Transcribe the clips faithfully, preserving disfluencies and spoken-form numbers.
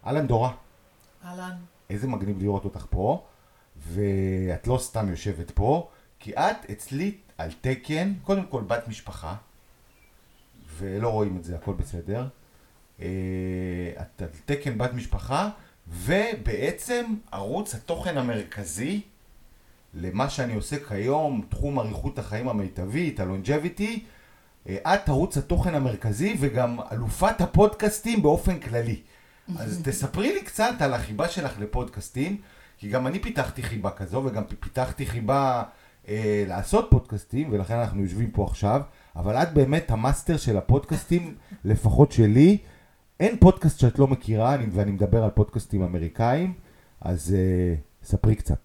אהלן דורה, אהלן. איזה מגניב לראות אותך פה, ואת לא סתם יושבת פה, כי את אצלי על תקן, קודם כל בת משפחה, ולא רואים את זה, הכל בסדר. אה, את על תקן בת משפחה, ובעצם ערוץ התוכן המרכזי למה שאני עושה כיום, תחום אריכות החיים המיטבית, הלונג'ביטי, את ערוץ התוכן המרכזי וגם אלופת הפודקאסטים באופן כללי. אז תספרי לי קצת על החיבה שלך לפודקאסטים, כי גם אני פיתחתי חיבה כזו, וגם פיתחתי חיבה אה, לעשות פודקאסטים, ולכן אנחנו יושבים פה עכשיו, אבל את באמת המאסטר של הפודקאסטים, לפחות שלי. אין פודקאסט שאת לא מכירה, ואני מדבר על פודקאסטים אמריקאים, אז אה, ספרי קצת.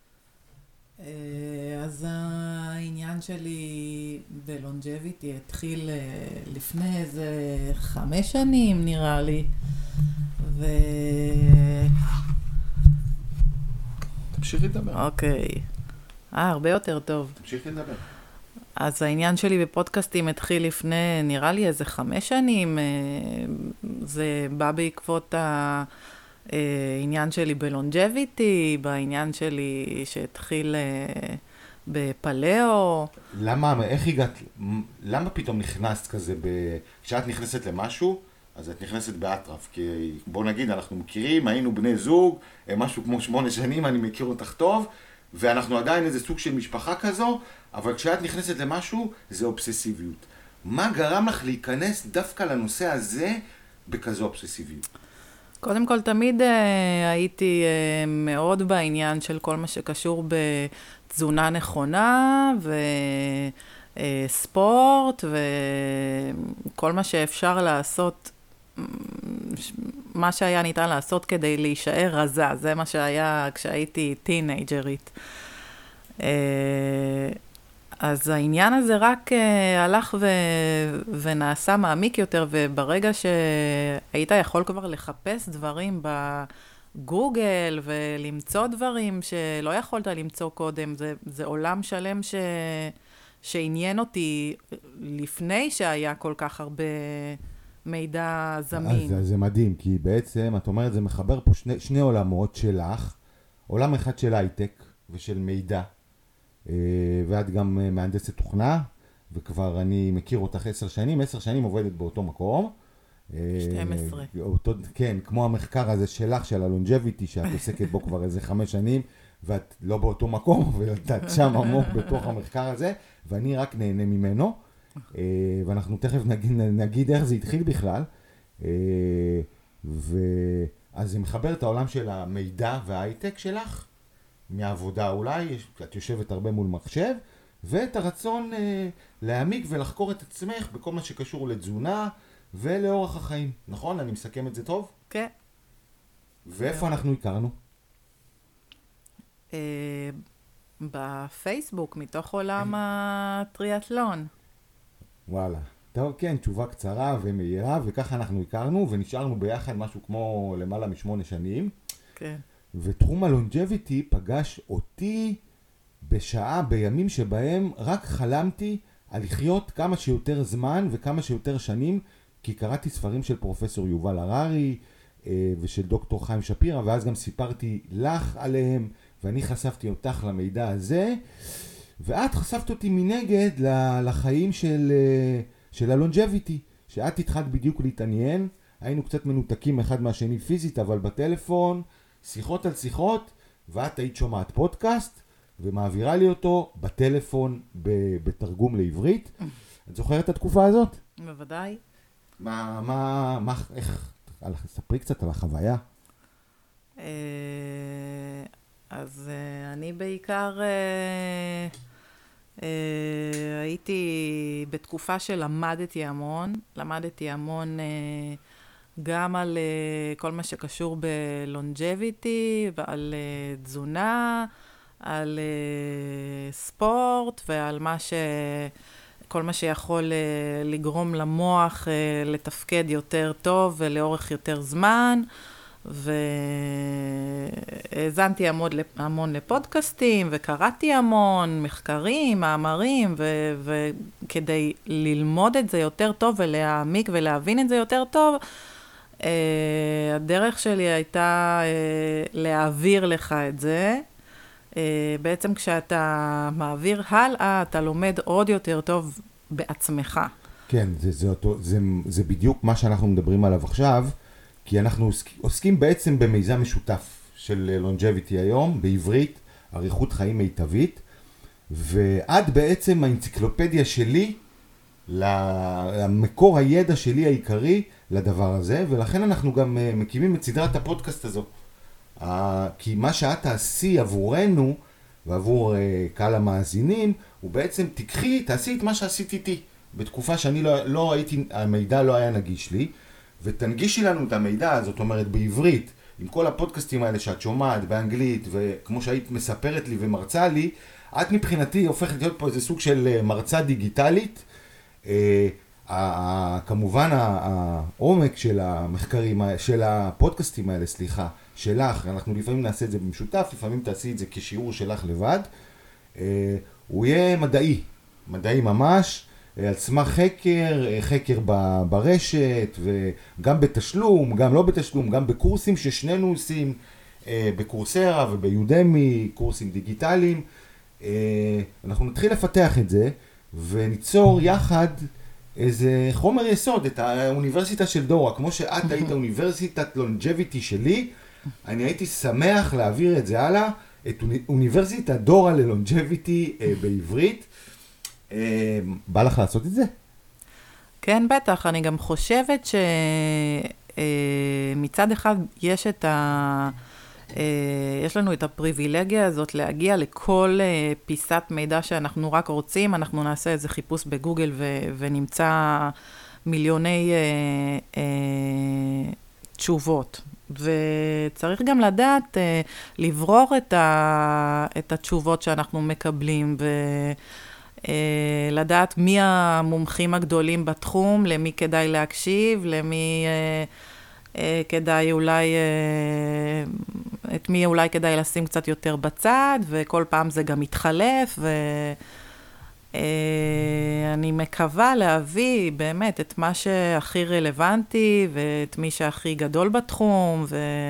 אז העניין שלי בלונג'ביטי התחיל לפני איזה חמש שנים נראה לי. ו... תמשיכי לדבר. אוקיי. אה, הרבה יותר טוב. תמשיכי לדבר. אז העניין שלי בפודקאסטים התחיל לפני נראה לי איזה חמש שנים. זה בא בעקבות ה... עניין שלי בלונג'ביטי, בעניין שלי שהתחיל בפלאו. למה, איך הגעת, למה פתאום נכנסת כזה, ב... כשאת נכנסת למשהו, אז את נכנסת באטרף, כי בוא נגיד, אנחנו מכירים, היינו בני זוג, משהו כמו שמונה שנים, אני מכיר אותך טוב, ואנחנו עדיין איזה סוג של משפחה כזו, אבל כשאת נכנסת למשהו, זה אובססיביות. מה גרם לך להיכנס דווקא לנושא הזה בכזו אובססיביות? קודם כל, תמיד uh, הייתי uh, מאוד בעניין של כל מה שקשור בתזונה נכונה, וספורט, uh, וכל מה שאפשר לעשות, מה שהיה ניתן לעשות כדי להישאר רזה. זה מה שהיה כשהייתי טינאג'רית. Uh, אז העניין הזה רק uh, הלך ו... ונעשה מעמיק יותר, וברגע שהיית יכול כבר לחפש דברים בגוגל ולמצוא דברים שלא יכולת למצוא קודם, זה, זה עולם שלם ש... שעניין אותי לפני שהיה כל כך הרבה מידע זמין. אז זה מדהים, כי בעצם את אומרת, זה מחבר פה שני, שני עולמות שלך, עולם אחד של הייטק ושל מידע, ואת גם מהנדסת תוכנה, וכבר אני מכיר אותך עשר שנים, עשר שנים עובדת באותו מקום. שתים עשרה. אותו, כן, כמו המחקר הזה שלך, של הלונג'ביטי, שאת עוסקת בו כבר איזה חמש שנים, ואת לא באותו מקום, ואת שם עמוק בתוך המחקר הזה, ואני רק נהנה ממנו, ואנחנו תכף נגיד, נגיד איך זה התחיל בכלל, ואז זה מחבר את העולם של המידע וההייטק שלך, מהעבודה אולי, את יושבת הרבה מול מחשב, ואת הרצון אה, להעמיק ולחקור את עצמך בכל מה שקשור לתזונה ולאורח החיים. נכון? אני מסכם את זה טוב? כן. ואיפה אנחנו הכרנו? אה, בפייסבוק, מתוך עולם הטריאטלון. וואלה. טוב, כן, תשובה קצרה ומהירה, וככה אנחנו הכרנו, ונשארנו ביחד משהו כמו למעלה משמונה שנים. כן. ותחום הלונג'ביטי פגש אותי בשעה, בימים שבהם רק חלמתי על לחיות כמה שיותר זמן וכמה שיותר שנים, כי קראתי ספרים של פרופסור יובל הררי ושל דוקטור חיים שפירא, ואז גם סיפרתי לך עליהם, ואני חשפתי אותך למידע הזה, ואת חשפת אותי מנגד לחיים של, של הלונג'ביטי, שאת התחלת בדיוק להתעניין, היינו קצת מנותקים אחד מהשני פיזית, אבל בטלפון, שיחות על שיחות, ואת היית שומעת פודקאסט, ומעבירה לי אותו בטלפון בתרגום לעברית. את זוכרת את התקופה הזאת? בוודאי. מה, מה, מה, איך, ספרי קצת על החוויה. אז אני בעיקר הייתי בתקופה שלמדתי המון, למדתי המון גם על כל מה שקשור בלונג'ביטי, ועל תזונה, על ספורט, ועל מה ש... כל מה שיכול לגרום למוח לתפקד יותר טוב ולאורך יותר זמן, והזנתי המון, המון לפודקאסטים, וקראתי המון מחקרים, מאמרים, ו... וכדי ללמוד את זה יותר טוב ולהעמיק ולהבין את זה יותר טוב, הדרך שלי הייתה להעביר לך את זה. בעצם כשאתה מעביר הלאה, אתה לומד עוד יותר טוב בעצמך. כן, זה, זה, אותו, זה, זה בדיוק מה שאנחנו מדברים עליו עכשיו, כי אנחנו עוסק, עוסקים בעצם במיזם משותף של longevity היום, בעברית, אריכות חיים מיטבית, ועד בעצם האנציקלופדיה שלי, למקור הידע שלי העיקרי לדבר הזה, ולכן אנחנו גם מקימים את סדרת הפודקאסט הזו. כי מה שאת תעשי עבורנו, ועבור קהל המאזינים, הוא בעצם תקחי, תעשי את מה שעשית איתי. בתקופה שאני לא, לא הייתי, המידע לא היה נגיש לי, ותנגישי לנו את המידע, זאת אומרת בעברית, עם כל הפודקאסטים האלה שאת שומעת באנגלית, וכמו שהיית מספרת לי ומרצה לי, את מבחינתי הופכת להיות פה איזה סוג של מרצה דיגיטלית. כמובן העומק של המחקרים, של הפודקאסטים האלה, סליחה, שלך, אנחנו לפעמים נעשה את זה במשותף, לפעמים תעשי את זה כשיעור שלך לבד, הוא יהיה מדעי, מדעי ממש, על סמך חקר, חקר ברשת, וגם בתשלום, גם לא בתשלום, גם בקורסים ששנינו עושים, בקורסרה וביודמי, קורסים דיגיטליים. אנחנו נתחיל לפתח את זה, וניצור יחד איזה חומר יסוד, את האוניברסיטה של דורה. כמו שאת היית אוניברסיטת longevity שלי, אני הייתי שמח להעביר את זה הלאה, את אוניברסיטת דורה ללונג'ביטי בעברית. בא לך לעשות את זה? כן, בטח. אני גם חושבת שמצד אחד יש את ה... יש לנו את הפריבילגיה הזאת להגיע לכל פיסת מידע שאנחנו רק רוצים. אנחנו נעשה איזה חיפוש בגוגל ו- ונמצא מיליוני אה, אה, תשובות. וצריך גם לדעת אה, לברור את, ה- את התשובות שאנחנו מקבלים ולדעת מי המומחים הגדולים בתחום, למי כדאי להקשיב, למי... אה, כדאי אולי, את מי אולי כדאי לשים קצת יותר בצד, וכל פעם זה גם מתחלף, ואני מקווה להביא באמת את מה שהכי רלוונטי, ואת מי שהכי גדול בתחום,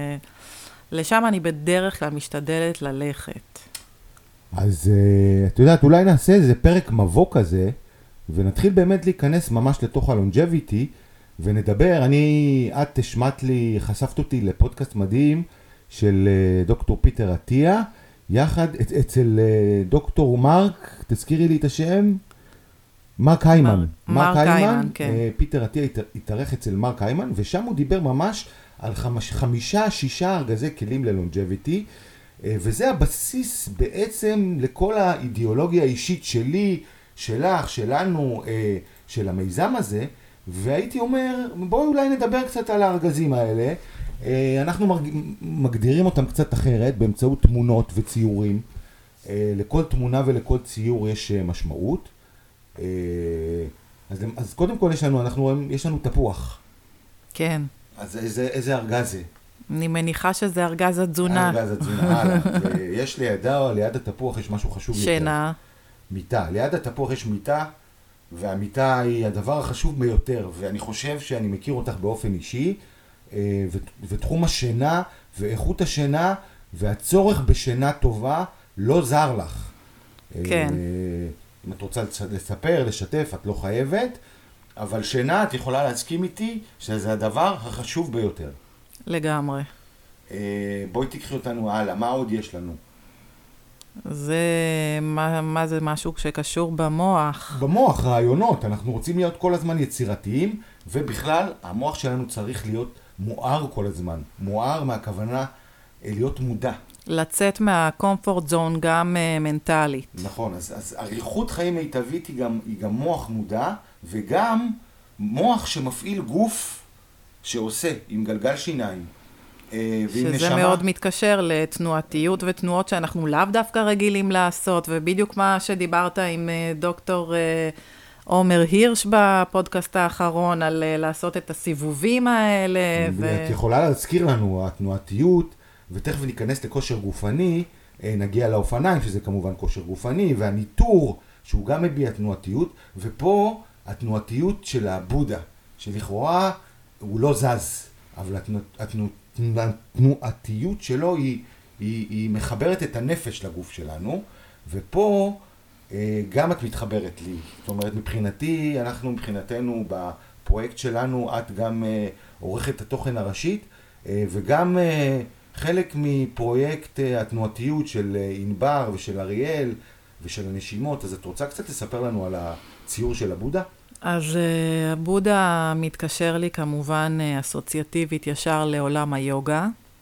ולשם אני בדרך כלל משתדלת ללכת. אז את יודעת, אולי נעשה איזה פרק מבוא כזה, ונתחיל באמת להיכנס ממש לתוך הלונג'ביטי, ונדבר. אני, את תשמעת לי, חשפת אותי לפודקאסט מדהים של דוקטור פיטר עטיה, יחד אצל דוקטור מרק, תזכירי לי את השם, מרק היימן. מרק היימן, כן. פיטר עטיה התארח אצל מרק היימן, ושם הוא דיבר ממש על חמש, חמישה, שישה ארגזי כלים ללונג'ביטי, וזה הבסיס בעצם לכל האידיאולוגיה האישית שלי, שלך, שלנו, של המיזם הזה, והייתי אומר, בואו אולי נדבר קצת על הארגזים האלה. אנחנו מגדירים אותם קצת אחרת, באמצעות תמונות וציורים. לכל תמונה ולכל ציור יש משמעות. אז, אז קודם כל יש לנו, אנחנו, יש לנו תפוח. כן. אז איזה, איזה ארגז זה? אני מניחה שזה ארגז התזונה. ארגז התזונה, הלאה. ויש לידה, ליד התפוח יש משהו חשוב יותר. שינה. מיטה. ליד התפוח יש מיטה, והמיטה היא הדבר החשוב ביותר, ואני חושב שאני מכיר אותך באופן אישי, ותחום השינה ואיכות השינה והצורך בשינה טובה לא זר לך. כן. אם את רוצה לספר, לשתף, את לא חייבת, אבל שינה, את יכולה להסכים איתי שזה הדבר החשוב ביותר. לגמרי. בואי תקחי אותנו הלאה, מה עוד יש לנו? זה, מה, מה זה משהו שקשור במוח? במוח, רעיונות. אנחנו רוצים להיות כל הזמן יצירתיים, ובכלל, המוח שלנו צריך להיות מואר כל הזמן. מואר מהכוונה להיות מודע. לצאת מהקומפורט זון גם uh, מנטלית. נכון, אז, אז אריכות חיים מיטבית היא גם, היא גם מוח מודע, וגם מוח שמפעיל גוף שעושה עם גלגל שיניים. שזה נשמה. מאוד מתקשר לתנועתיות ותנועות שאנחנו לאו דווקא רגילים לעשות, ובדיוק מה שדיברת עם דוקטור עומר הירש בפודקאסט האחרון, על לעשות את הסיבובים האלה. ו... את יכולה להזכיר לנו, התנועתיות, ותכף ניכנס לכושר גופני, נגיע לאופניים, שזה כמובן כושר גופני, והניטור, שהוא גם מביע תנועתיות, ופה התנועתיות של הבודה, שלכאורה הוא לא זז. אבל התנועתיות שלו היא, היא, היא מחברת את הנפש לגוף שלנו, ופה גם את מתחברת לי. זאת אומרת, מבחינתי, אנחנו מבחינתנו בפרויקט שלנו, את גם עורכת התוכן הראשית, וגם חלק מפרויקט התנועתיות של ענבר ושל אריאל ושל הנשימות. אז את רוצה קצת לספר לנו על הציור של הבודה? אז הבודה מתקשר לי כמובן אסוציאטיבית ישר לעולם היוגה.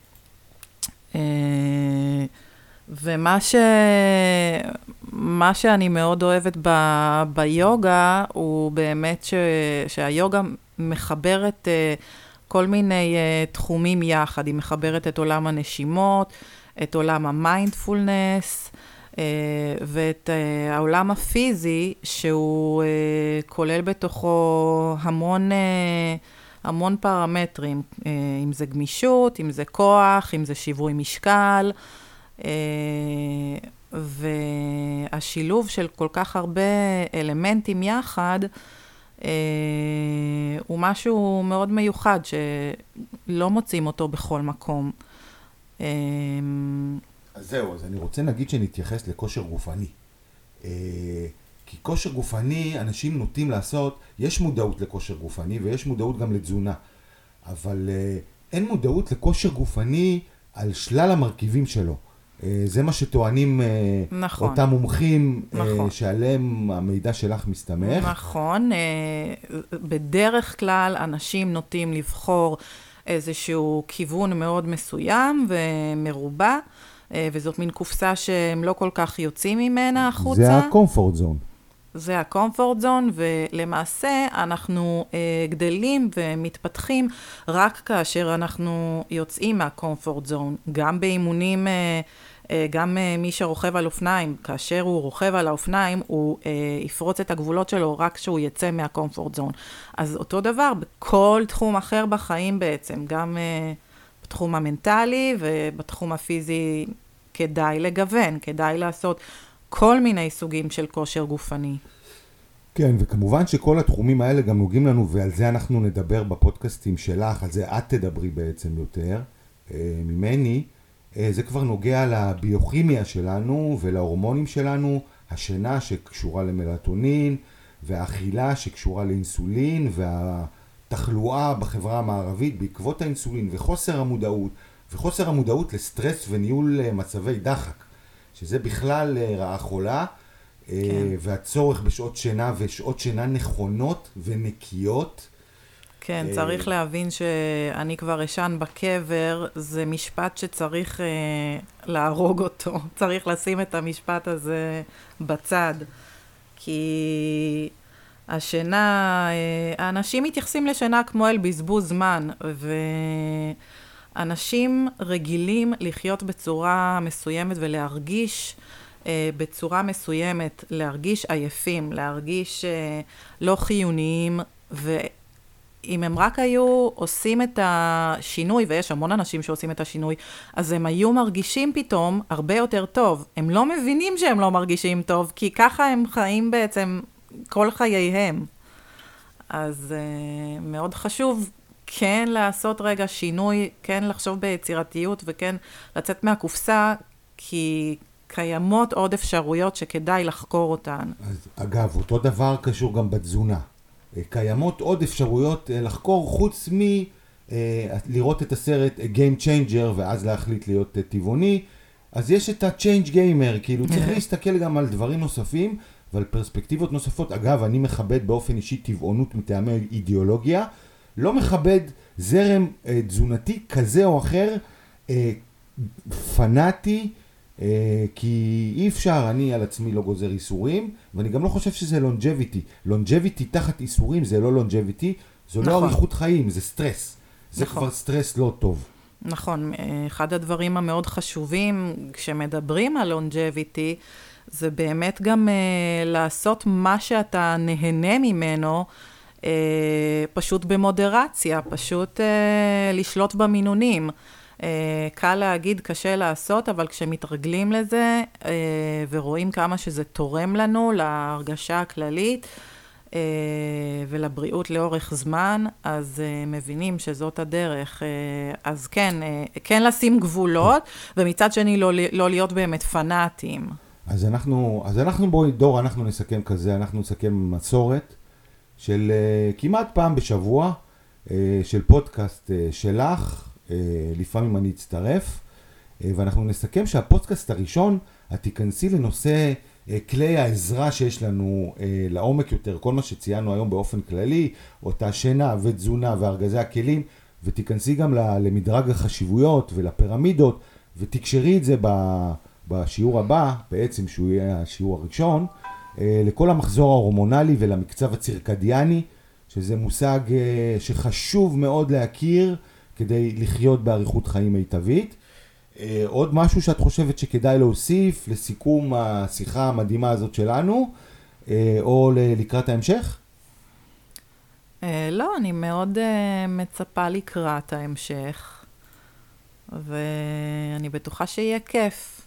ומה ש... מה שאני מאוד אוהבת ב... ביוגה הוא באמת ש... שהיוגה מחברת כל מיני תחומים יחד. היא מחברת את עולם הנשימות, את עולם המיינדפולנס, ואת העולם הפיזי, שהוא כולל בתוכו המון, המון פרמטרים, אם זה גמישות, אם זה כוח, אם זה שיווי משקל, והשילוב של כל כך הרבה אלמנטים יחד, הוא משהו מאוד מיוחד, שלא מוצאים אותו בכל מקום. אז זהו, אז אני רוצה להגיד שנתייחס לכושר גופני. כי כושר גופני, אנשים נוטים לעשות, יש מודעות לכושר גופני ויש מודעות גם לתזונה. אבל אין מודעות לכושר גופני על שלל המרכיבים שלו. זה מה שטוענים נכון. אותם מומחים נכון. שעליהם המידע שלך מסתמך. נכון. בדרך כלל אנשים נוטים לבחור איזשהו כיוון מאוד מסוים ומרובע, וזאת מין קופסה שהם לא כל כך יוצאים ממנה החוצה. זה הקומפורט זון. זה הקומפורט זון, ולמעשה אנחנו גדלים ומתפתחים רק כאשר אנחנו יוצאים מהקומפורט זון. גם באימונים, גם מי שרוכב על אופניים, כאשר הוא רוכב על האופניים, הוא יפרוץ את הגבולות שלו רק כשהוא יצא מהקומפורט זון. אז אותו דבר בכל תחום אחר בחיים בעצם, גם בתחום המנטלי ובתחום הפיזי כדאי לגוון, כדאי לעשות כל מיני סוגים של כושר גופני. כן, וכמובן שכל התחומים האלה גם נוגעים לנו, ועל זה אנחנו נדבר בפודקאסטים שלך, על זה את תדברי בעצם יותר ממני. זה כבר נוגע לביוכימיה שלנו ולהורמונים שלנו, השינה שקשורה למלטונין, והאכילה שקשורה לאינסולין, והתחלואה בחברה המערבית בעקבות האינסולין, וחוסר המודעות, וחוסר המודעות לסטרס וניהול מצבי דחק, שזה בכלל רעה חולה, כן. והצורך בשעות שינה ושעות שינה נכונות ונקיות. כן, צריך להבין שאני כבר אשן בקבר, זה משפט שצריך להרוג אותו, צריך לשים את המשפט הזה בצד, כי השינה, האנשים מתייחסים לשינה כמו אל בזבוז זמן, ואנשים רגילים לחיות בצורה מסוימת ולהרגיש בצורה מסוימת, להרגיש עייפים, להרגיש לא חיוניים, ואם הם רק היו עושים את השינוי, ויש המון אנשים שעושים את השינוי, אז הם היו מרגישים פתאום הרבה יותר טוב. הם לא מבינים שהם לא מרגישים טוב, כי ככה הם חיים בעצם כל חייהם. אז uh, מאוד חשוב כן לעשות רגע שינוי, כן לחשוב ביצירתיות, וכן לצאת מהקופסה, כי קיימות עוד אפשרויות שכדאי לחקור אותן. אז אגב, אותו דבר קשור גם בתזונה. קיימות עוד אפשרויות לחקור חוץ מ... לראות את הסרט Game Changer ואז להחליט להיות טבעוני. אז יש את ה-Change Gamer, כאילו צריך להסתכל גם על דברים נוספים ועל פרספקטיבות נוספות. אגב, אני מכבד באופן אישי טבעונות מטעמי אידיאולוגיה, לא מכבד זרם תזונתי כזה או אחר, פנאטי, כי אי אפשר, אני על עצמי לא גוזר איסורים, ואני גם לא חושב שזה לונג'ביטי. לונג'ביטי תחת איסורים זה לא לונג'ביטי, זו לא אריכות חיים, זה סטרס. זה כבר סטרס לא טוב. נכון, אחד הדברים המאוד חשובים כשמדברים על לונג'ביטי, זה באמת גם לעשות מה שאתה נהנה ממנו, פשוט במודרציה, פשוט לשלוט במינונים. קל להגיד, קשה לעשות, אבל כשמתרגלים לזה ורואים כמה שזה תורם לנו להרגשה הכללית, ולבריאות לאורך זמן, אז מבינים שזאת הדרך. אז כן, כן לשים גבולות, ומצד שני לא, לא להיות באמת פנאטים. אז אנחנו, אז אנחנו בואי, דור, אנחנו נסכם כזה, אנחנו נסכם מסורת של כמעט פעם בשבוע, של פודקאסט שלך, לפעמים אני אצטרף, ואנחנו נסכם שהפודקאסט הראשון, את תיכנסי לנושא כלי העזרה שיש לנו לעומק יותר, כל מה שציינו היום באופן כללי, אותה שינה ותזונה וארגזי הכלים, ותיכנסי גם למדרג החשיבויות ולפירמידות, ותקשרי את זה בשיעור הבא, בעצם שהוא יהיה השיעור הראשון, לכל המחזור ההורמונלי ולמקצב הצירקדיאני, שזה מושג שחשוב מאוד להכיר כדי לחיות באריכות חיים מיטבית. עוד משהו שאת חושבת שכדאי להוסיף לסיכום השיחה המדהימה הזאת שלנו, או לקראת ההמשך? לא, אני מאוד מצפה לקראת ההמשך, ואני בטוחה שיהיה כיף.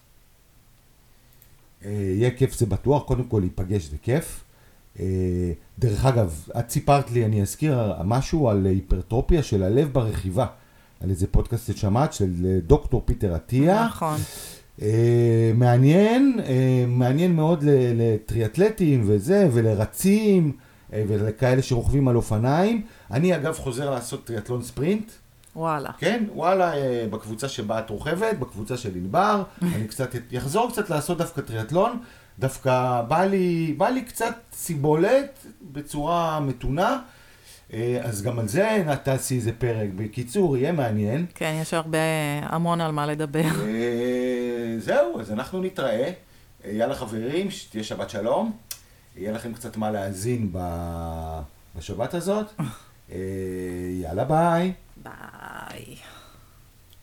יהיה כיף זה בטוח, קודם כל להיפגש זה כיף. דרך אגב, את סיפרת לי, אני אזכיר משהו על היפרטרופיה של הלב ברכיבה, על איזה פודקאסט ששמעת של דוקטור פיטר עטיה. נכון. מעניין, מעניין מאוד לטריאטלטים וזה, ולרצים, ולכאלה שרוכבים על אופניים. אני אגב חוזר לעשות טריאטלון ספרינט. וואלה. כן, וואלה, בקבוצה שבה את רוכבת, בקבוצה של ענבר, אני קצת, יחזור קצת לעשות דווקא טריאטלון, דווקא בא לי, בא לי קצת סיבולת בצורה מתונה, אז גם על זה נתעשי איזה פרק. בקיצור, יהיה מעניין. כן, יש הרבה, המון על מה לדבר. זהו, אז אנחנו נתראה. יאללה חברים, שתהיה שבת שלום. יהיה לכם קצת מה להאזין בשבת הזאת. יאללה ביי. ביי.